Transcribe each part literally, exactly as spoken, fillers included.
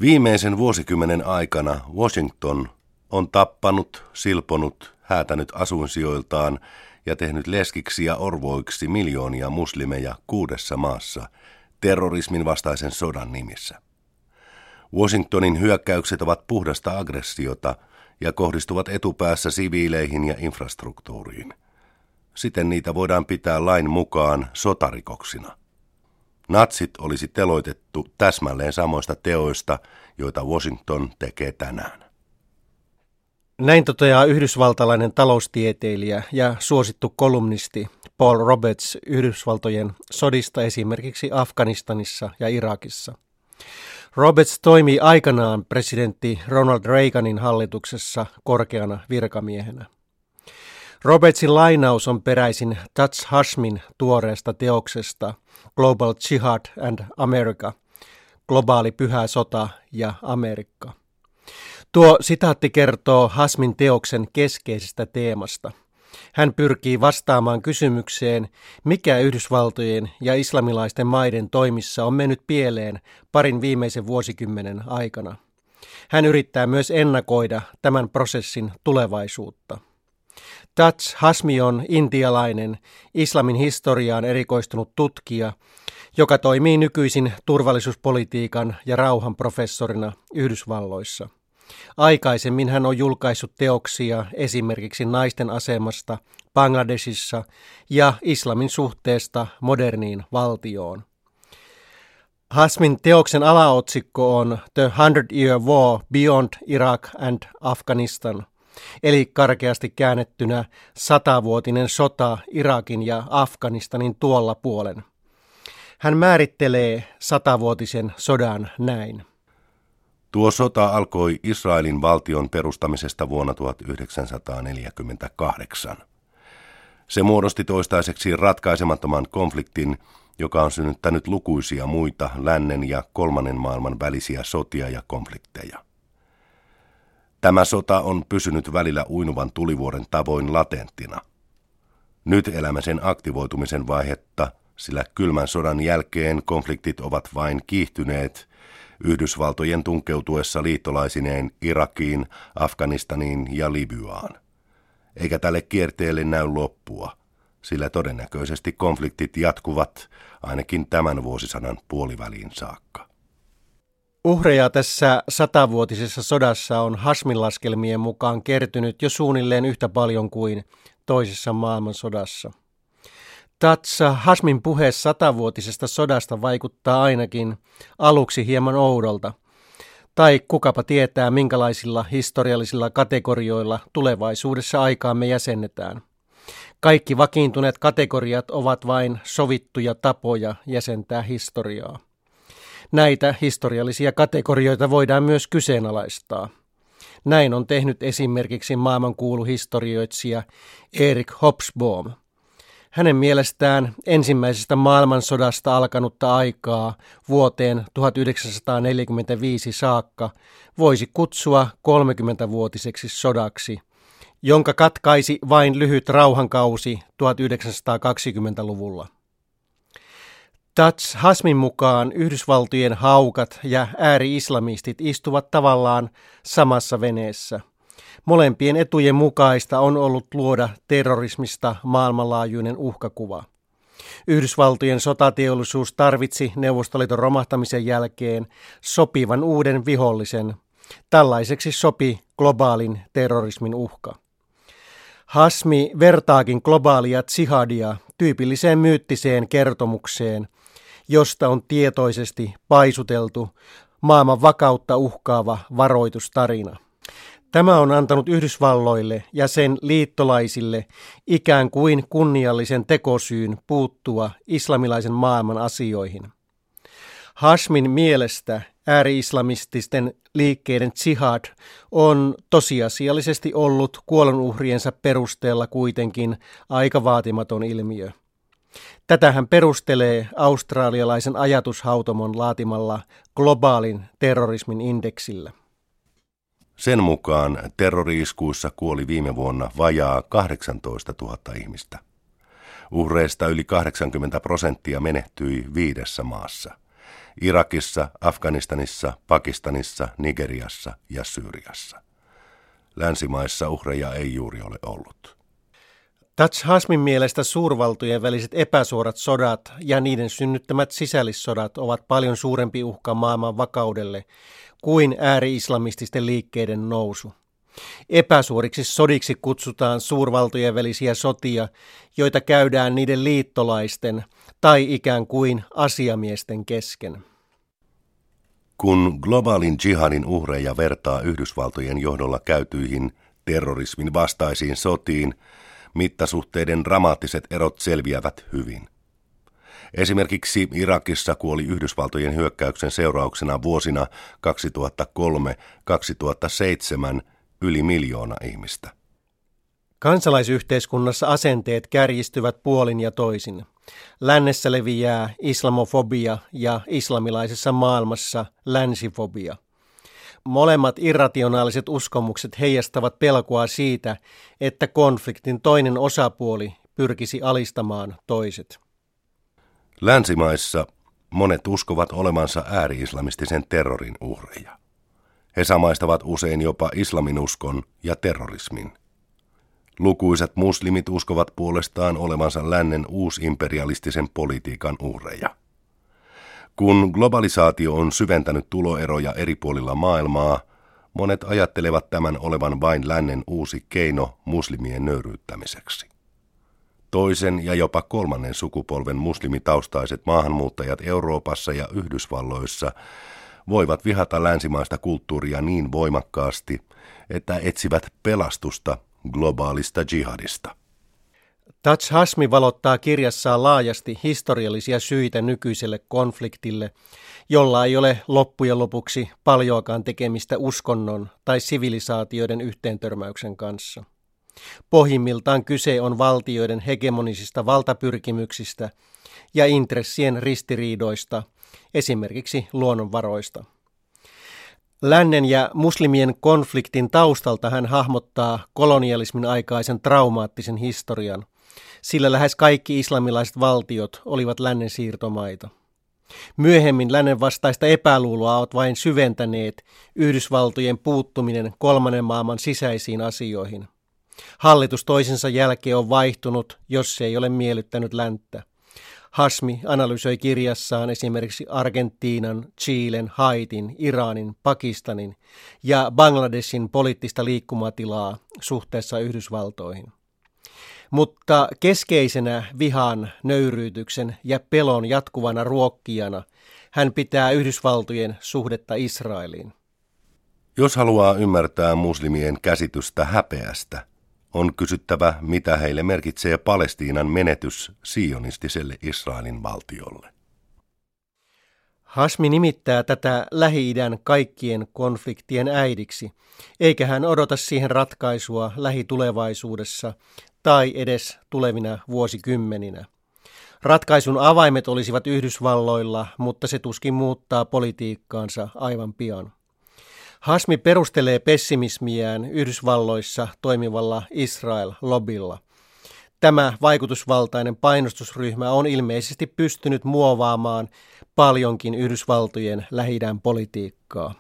Viimeisen vuosikymmenen aikana Washington on tappanut, silponut, häätänyt asuinsijoiltaan ja tehnyt leskiksi ja orvoiksi miljoonia muslimeja kuudessa maassa terrorismin vastaisen sodan nimissä. Washingtonin hyökkäykset ovat puhdasta aggressiota ja kohdistuvat etupäässä siviileihin ja infrastruktuuriin. Siten niitä voidaan pitää lain mukaan sotarikoksina. Natsit olisi teloitettu täsmälleen samoista teoista, joita Washington tekee tänään. Näin toteaa yhdysvaltalainen taloustieteilijä ja suosittu kolumnisti Paul Roberts Yhdysvaltojen sodista esimerkiksi Afganistanissa ja Irakissa. Roberts toimii aikanaan presidentti Ronald Reaganin hallituksessa korkeana virkamiehenä. Robertsin lainaus on peräisin Touch Hashmin tuoreesta teoksesta Global Jihad and America, globaali pyhä sota ja Amerikka. Tuo sitaatti kertoo Hashmin teoksen keskeisestä teemasta. Hän pyrkii vastaamaan kysymykseen, mikä Yhdysvaltojen ja islamilaisten maiden toimissa on mennyt pieleen parin viimeisen vuosikymmenen aikana. Hän yrittää myös ennakoida tämän prosessin tulevaisuutta. Touch Hashmi on intialainen, islamin historiaan erikoistunut tutkija, joka toimii nykyisin turvallisuuspolitiikan ja rauhan professorina Yhdysvalloissa. Aikaisemmin hän on julkaissut teoksia esimerkiksi naisten asemasta Bangladesissa ja islamin suhteesta moderniin valtioon. Hashmin teoksen alaotsikko on The Hundred Year War Beyond Iraq and Afghanistan, eli karkeasti käännettynä satavuotinen sota Irakin ja Afganistanin tuolla puolen. Hän määrittelee satavuotisen sodan näin. Tuo sota alkoi Israelin valtion perustamisesta vuonna tuhatyhdeksänsataaneljäkymmentäkahdeksan. Se muodosti toistaiseksi ratkaisemattoman konfliktin, joka on synnyttänyt lukuisia muita lännen ja kolmannen maailman välisiä sotia ja konflikteja. Tämä sota on pysynyt välillä uinuvan tulivuoren tavoin latenttina. Nyt elämme sen aktivoitumisen vaihetta, sillä kylmän sodan jälkeen konfliktit ovat vain kiihtyneet Yhdysvaltojen tunkeutuessa liittolaisineen Irakiin, Afganistaniin ja Libyaan. Eikä tälle kierteelle näy loppua, sillä todennäköisesti konfliktit jatkuvat ainakin tämän vuosisadan puoliväliin saakka. Uhreja tässä satavuotisessa sodassa on Hashmin laskelmien mukaan kertynyt jo suunnilleen yhtä paljon kuin toisessa maailmansodassa. Touch Hashmin puhe satavuotisesta sodasta vaikuttaa ainakin aluksi hieman oudolta, tai kukapa tietää minkälaisilla historiallisilla kategorioilla tulevaisuudessa aikaamme jäsennetään. Kaikki vakiintuneet kategoriat ovat vain sovittuja tapoja jäsentää historiaa. Näitä historiallisia kategorioita voidaan myös kyseenalaistaa. Näin on tehnyt esimerkiksi maailmankuulu historioitsija Eric Hobsbawm. Hänen mielestään ensimmäisestä maailmansodasta alkanutta aikaa vuoteen tuhatyhdeksänsataaneljäkymmentäviisi saakka voisi kutsua kolmekymmentävuotiseksi sodaksi, jonka katkaisi vain lyhyt rauhankausi tuhatyhdeksänsataakaksikymmentäluvulla. Touch Hashmin mukaan Yhdysvaltojen haukat ja ääri-islamistit istuvat tavallaan samassa veneessä. Molempien etujen mukaista on ollut luoda terrorismista maailmanlaajuinen uhkakuva. Yhdysvaltojen sotateollisuus tarvitsi Neuvostoliiton romahtamisen jälkeen sopivan uuden vihollisen. Tällaiseksi sopi globaalin terrorismin uhka. Hashmi vertaakin globaalia jihadia tyypilliseen myyttiseen kertomukseen, josta on tietoisesti paisuteltu maailman vakautta uhkaava varoitustarina. Tämä on antanut Yhdysvalloille ja sen liittolaisille ikään kuin kunniallisen tekosyyn puuttua islamilaisen maailman asioihin. Hashmin mielestä ääri-islamististen liikkeiden jihad on tosiasiallisesti ollut kuolonuhriensa perusteella kuitenkin aika vaatimaton ilmiö. Tätä hän perustelee australialaisen ajatushautomon laatimalla globaalin terrorismin indeksillä. Sen mukaan terrori-iskuissa kuoli viime vuonna vajaa kahdeksantoistatuhatta ihmistä. Uhreista yli kahdeksankymmentä prosenttia menehtyi viidessä maassa. Irakissa, Afganistanissa, Pakistanissa, Nigeriassa ja Syyriassa. Länsimaissa uhreja ei juuri ole ollut. Taj Hasmin mielestä suurvaltojen väliset epäsuorat sodat ja niiden synnyttämät sisällissodat ovat paljon suurempi uhka maailman vakaudelle kuin ääri-islamististen liikkeiden nousu. Epäsuoriksi sodiksi kutsutaan suurvaltojen välisiä sotia, joita käydään niiden liittolaisten tai ikään kuin asiamiesten kesken. Kun globaalin jihadin uhreja vertaa Yhdysvaltojen johdolla käytyihin terrorismin vastaisiin sotiin, mittasuhteiden dramaattiset erot selviävät hyvin. Esimerkiksi Irakissa kuoli Yhdysvaltojen hyökkäyksen seurauksena vuosina kaksituhattakolme kaksituhattaseitsemän yli miljoona ihmistä. Kansalaisyhteiskunnassa asenteet kärjistyvät puolin ja toisin. Lännessä leviää islamofobia ja islamilaisessa maailmassa länsifobia. Molemmat irrationaaliset uskomukset heijastavat pelkoa siitä, että konfliktin toinen osapuoli pyrkisi alistamaan toiset. Länsimaissa monet uskovat olevansa ääri-islamistisen terrorin uhreja. He samaistavat usein jopa islaminuskon ja terrorismin. Lukuisat muslimit uskovat puolestaan olevansa lännen uusimperialistisen politiikan uhreja. Kun globalisaatio on syventänyt tuloeroja eri puolilla maailmaa, monet ajattelevat tämän olevan vain lännen uusi keino muslimien nöyryyttämiseksi. Toisen ja jopa kolmannen sukupolven muslimitaustaiset maahanmuuttajat Euroopassa ja Yhdysvalloissa voivat vihata länsimaista kulttuuria niin voimakkaasti, että etsivät pelastusta globaalista jihadista. Taj Hasmi valottaa kirjassaan laajasti historiallisia syitä nykyiselle konfliktille, jolla ei ole loppujen lopuksi paljoakaan tekemistä uskonnon tai sivilisaatioiden yhteentörmäyksen kanssa. Pohjimmiltaan kyse on valtioiden hegemonisista valtapyrkimyksistä ja intressien ristiriidoista, esimerkiksi luonnonvaroista. Lännen ja muslimien konfliktin taustalta hän hahmottaa kolonialismin aikaisen traumaattisen historian, sillä lähes kaikki islamilaiset valtiot olivat lännen siirtomaita. Myöhemmin lännen vastaista epäluuloa ovat vain syventäneet Yhdysvaltojen puuttuminen kolmannen maailman sisäisiin asioihin. Hallitus toisensa jälkeen on vaihtunut, jos se ei ole miellyttänyt länttä. Hasmi analysoi kirjassaan esimerkiksi Argentiinan, Chilen, Haitin, Iranin, Pakistanin ja Bangladeshin poliittista liikkumatilaa suhteessa Yhdysvaltoihin. Mutta keskeisenä vihan, nöyryytyksen ja pelon jatkuvana ruokkijana hän pitää Yhdysvaltojen suhdetta Israeliin. Jos haluaa ymmärtää muslimien käsitystä häpeästä, on kysyttävä, mitä heille merkitsee Palestiinan menetys sionistiselle Israelin valtiolle. Hasmi nimittää tätä Lähi-idän kaikkien konfliktien äidiksi, eikä hän odota siihen ratkaisua lähitulevaisuudessa tai edes tulevina vuosikymmeninä. Ratkaisun avaimet olisivat Yhdysvalloilla, mutta se tuskin muuttaa politiikkaansa aivan pian. Hasmi perustelee pessimismiään Yhdysvalloissa toimivalla Israel-lobilla. Tämä vaikutusvaltainen painostusryhmä on ilmeisesti pystynyt muovaamaan paljonkin Yhdysvaltojen Lähi-idän politiikkaa.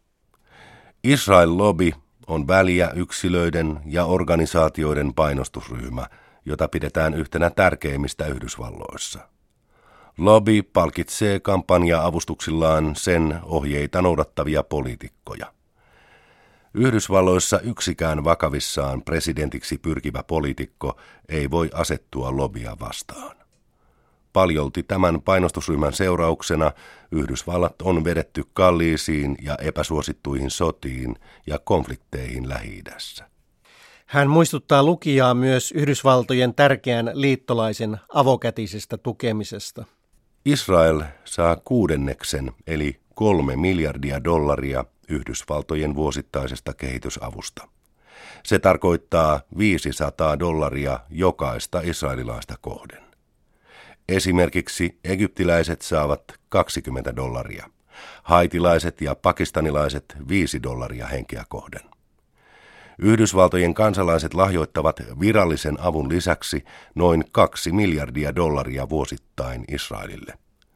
Israel-lobby on väliä yksilöiden ja organisaatioiden painostusryhmä, jota pidetään yhtenä tärkeimmistä Yhdysvalloissa. Lobby palkitsee kampanja-avustuksillaan sen ohjeita noudattavia poliitikkoja. Yhdysvalloissa yksikään vakavissaan presidentiksi pyrkivä poliitikko ei voi asettua lobbia vastaan. Paljolti tämän painostusryhmän seurauksena Yhdysvallat on vedetty kalliisiin ja epäsuosittuihin sotiin ja konflikteihin Lähi-idässä. Hän muistuttaa lukijaa myös Yhdysvaltojen tärkeän liittolaisen avokätisestä tukemisesta. Israel saa kuudenneksen eli kolme miljardia dollaria Yhdysvaltojen vuosittaisesta kehitysavusta. Se tarkoittaa viisisataa dollaria jokaista israelilaista kohden. Esimerkiksi egyptiläiset saavat kaksikymmentä dollaria, haitilaiset ja pakistanilaiset viisi dollaria henkeä kohden. Yhdysvaltojen kansalaiset lahjoittavat virallisen avun lisäksi noin kaksi miljardia dollaria vuosittain Israelille.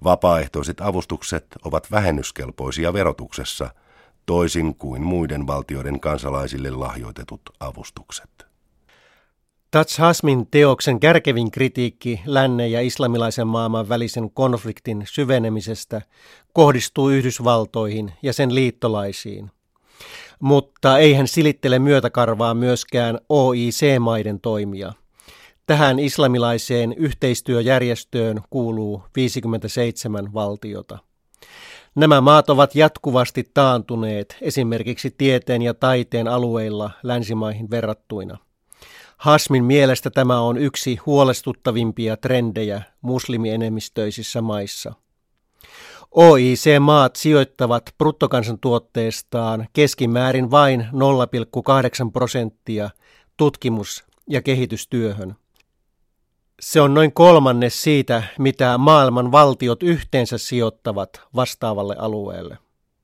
Vapaaehtoiset avustukset ovat vähennyskelpoisia verotuksessa, toisin kuin muiden valtioiden kansalaisille lahjoitetut avustukset. Taj Hasmin teoksen kärkevin kritiikki lännen ja islamilaisen maailman välisen konfliktin syvenemisestä kohdistuu Yhdysvaltoihin ja sen liittolaisiin. Mutta ei hän silittele myötäkarvaa myöskään O I C-maiden toimia. Tähän islamilaiseen yhteistyöjärjestöön kuuluu viisikymmentäseitsemän valtiota. Nämä maat ovat jatkuvasti taantuneet esimerkiksi tieteen ja taiteen alueilla länsimaihin verrattuina. Hasmin mielestä tämä on yksi huolestuttavimpia trendejä muslimienemmistöisissä maissa. O I C-maat sijoittavat bruttokansantuotteestaan keskimäärin vain nolla pilkku kahdeksan prosenttia tutkimus- ja kehitystyöhön. Se on noin kolmannes siitä, mitä maailman valtiot yhteensä sijoittavat vastaavalle alueelle.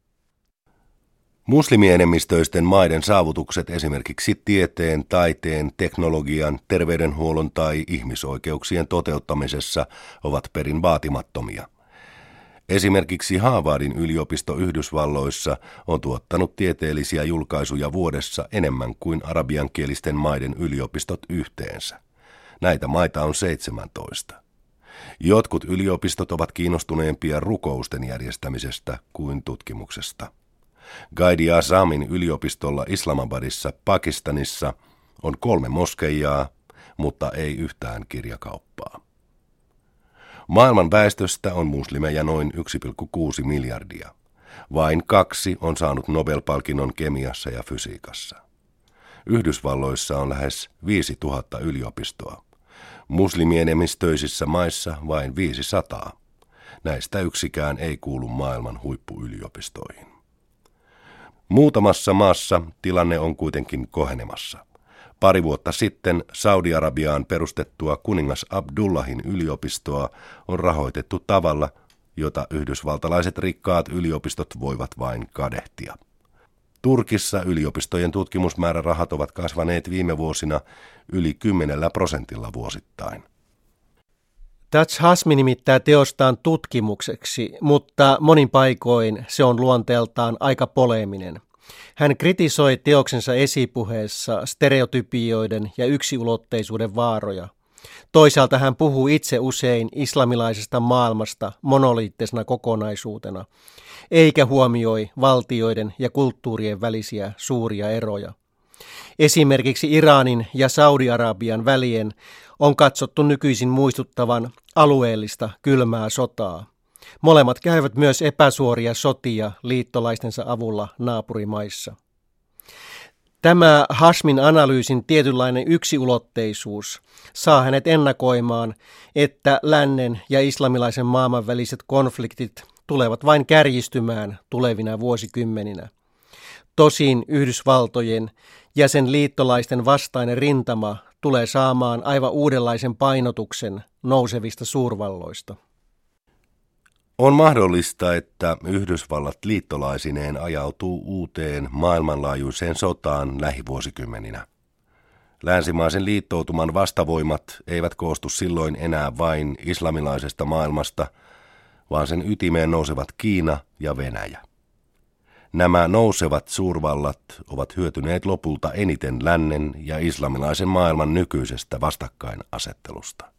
Muslimienemmistöisten maiden saavutukset esimerkiksi tieteen, taiteen, teknologian, terveydenhuollon tai ihmisoikeuksien toteuttamisessa ovat perin vaatimattomia. Esimerkiksi Harvardin yliopisto Yhdysvalloissa on tuottanut tieteellisiä julkaisuja vuodessa enemmän kuin arabiankielisten maiden yliopistot yhteensä. Näitä maita on seitsemäntoista. Jotkut yliopistot ovat kiinnostuneempia rukousten järjestämisestä kuin tutkimuksesta. Quaid-i-Azamin yliopistolla Islamabadissa, Pakistanissa, on kolme moskeijaa, mutta ei yhtään kirjakauppaa. Maailman väestöstä on muslimeja noin yksi pilkku kuusi miljardia. Vain kaksi on saanut Nobel-palkinnon kemiassa ja fysiikassa. Yhdysvalloissa on lähes viisituhatta yliopistoa. Muslimienemmistöisissä maissa vain viisisataa. Näistä yksikään ei kuulu maailman huippuyliopistoihin. Muutamassa maassa tilanne on kuitenkin kohenemassa. Pari vuotta sitten Saudi-Arabiaan perustettua kuningas Abdullahin yliopistoa on rahoitettu tavalla, jota yhdysvaltalaiset rikkaat yliopistot voivat vain kadehtia. Turkissa yliopistojen tutkimusmäärärahat ovat kasvaneet viime vuosina yli kymmenellä prosentilla vuosittain. Taj Hasmi nimittää teostaan tutkimukseksi, mutta monin paikoin se on luonteeltaan aika poleeminen. Hän kritisoi teoksensa esipuheessa stereotypioiden ja yksiulotteisuuden vaaroja. Toisaalta hän puhuu itse usein islamilaisesta maailmasta monoliittisena kokonaisuutena, eikä huomioi valtioiden ja kulttuurien välisiä suuria eroja. Esimerkiksi Iranin ja Saudi-Arabian välien on katsottu nykyisin muistuttavan alueellista kylmää sotaa. Molemmat käyvät myös epäsuoria sotia liittolaistensa avulla naapurimaissa. Tämä Hasmin analyysin tietynlainen yksiulotteisuus saa hänet ennakoimaan, että lännen ja islamilaisen maailman väliset konfliktit tulevat vain kärjistymään tulevina vuosikymmeninä. Tosin Yhdysvaltojen ja sen liittolaisten vastainen rintama tulee saamaan aivan uudenlaisen painotuksen nousevista suurvalloista. On mahdollista, että Yhdysvallat liittolaisineen ajautuu uuteen maailmanlaajuiseen sotaan lähivuosikymmeninä. Länsimaisen liittoutuman vastavoimat eivät koostu silloin enää vain islamilaisesta maailmasta, vaan sen ytimeen nousevat Kiina ja Venäjä. Nämä nousevat suurvallat ovat hyötyneet lopulta eniten lännen ja islamilaisen maailman nykyisestä vastakkainasettelusta.